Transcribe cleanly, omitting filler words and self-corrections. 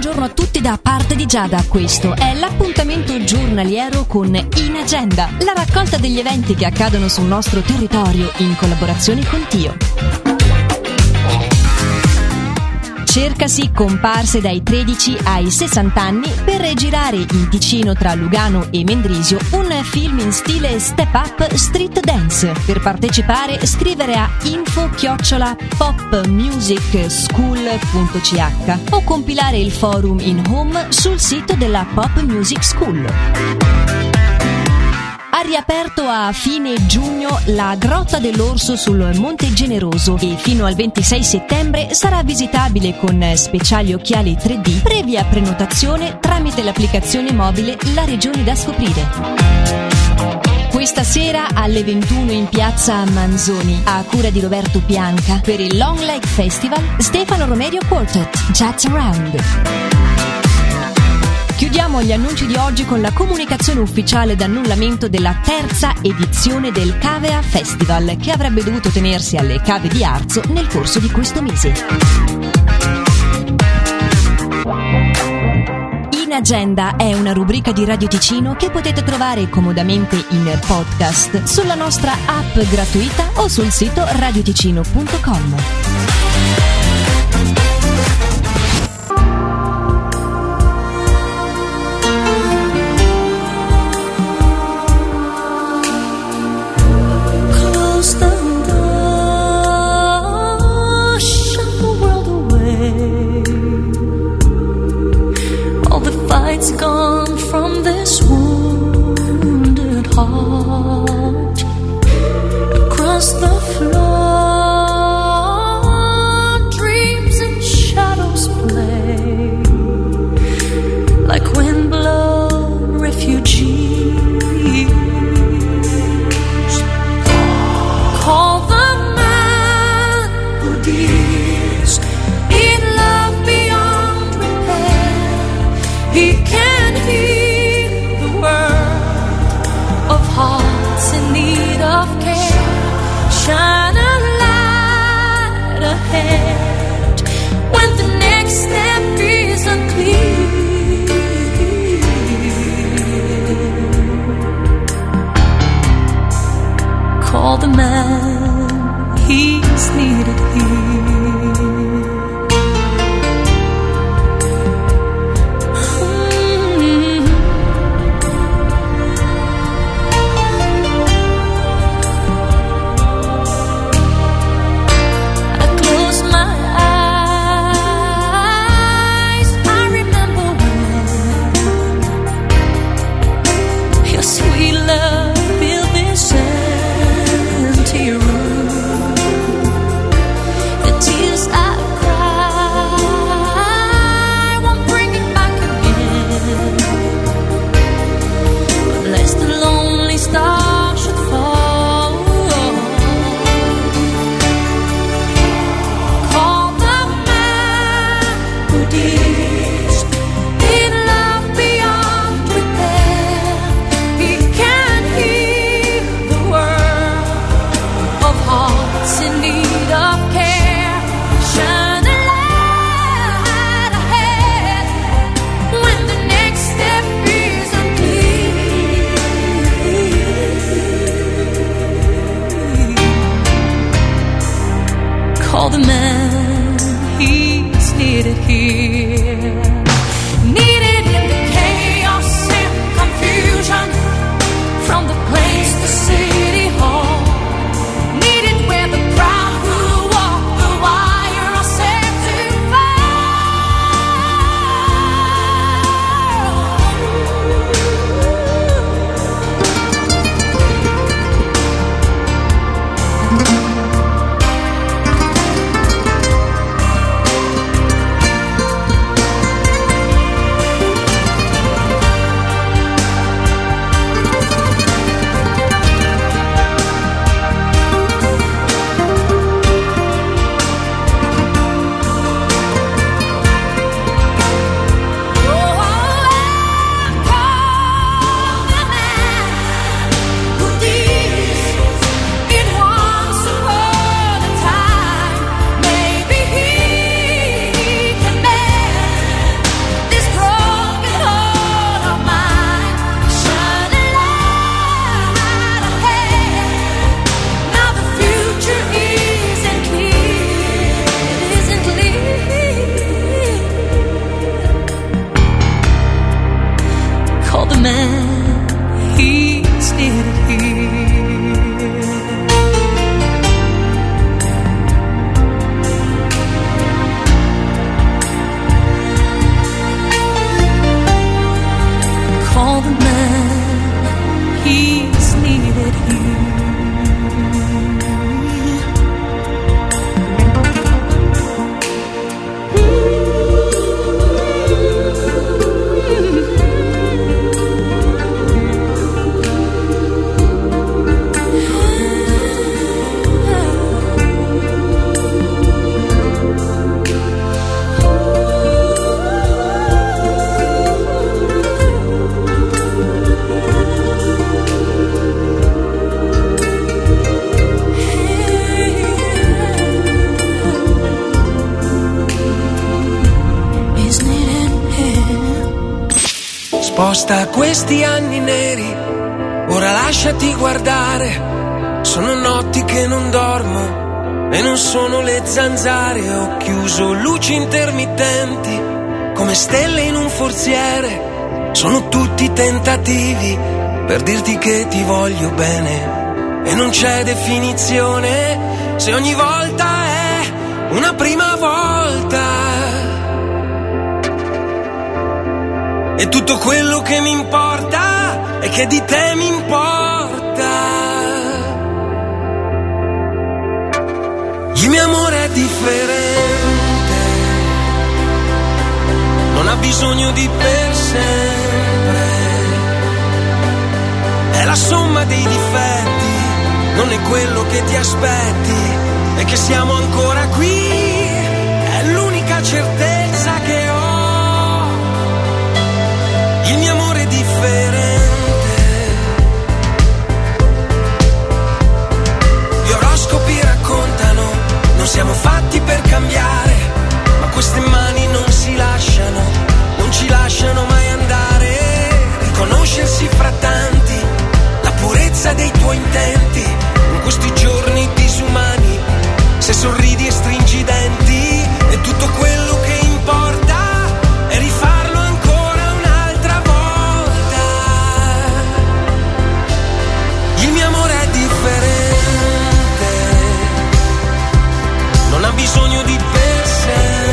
buongiorno a tutti da parte di Giada. Questo è l'appuntamento giornaliero con In Agenda, la raccolta degli eventi che accadono sul nostro territorio in collaborazione con Tio. Cercasi comparse dai 13 ai 60 anni per girare in Ticino tra Lugano e Mendrisio un film in stile Step Up Street Dance. Per partecipare scrivere a info@popmusicschool.ch o compilare il forum in home sul sito della Pop Music School. Ha riaperto a fine giugno la Grotta dell'Orso sul Monte Generoso e fino al 26 settembre sarà visitabile con speciali occhiali 3D previa prenotazione tramite l'applicazione mobile La Regione da scoprire. Questa sera alle 21 in piazza Manzoni, a cura di Roberto Pianca, per il Long Lake Festival, Stefano Romerio Quartet, Jazz Around. Chiudiamo gli annunci di oggi con la comunicazione ufficiale d'annullamento della terza edizione del Cavea Festival, che avrebbe dovuto tenersi alle Cave di Arzo nel corso di questo mese. In Agenda è una rubrica di Radio Ticino che potete trovare comodamente in podcast sulla nostra app gratuita o sul sito radioticino.com. It's gone from this wounded heart. Across the floor, dreams and shadows play like wind-blown refugees. Call the man who deals in love beyond repair. He can heal the world of hearts in need of care. Shine a light ahead when the next step is unclear. Call the man, he's needed here. Sposta a questi anni neri, ora lasciati guardare. Sono notti che non dormo e non sono le zanzare. Ho chiuso luci intermittenti come stelle in un forziere. Sono tutti tentativi per dirti che ti voglio bene e non c'è definizione se ogni volta è una prima volta. E tutto quello che mi importa è che di te mi importa. Il mio amore è differente, non ha bisogno di per sempre. È la somma dei difetti, non è quello che ti aspetti. E che siamo ancora qui è l'unica certezza.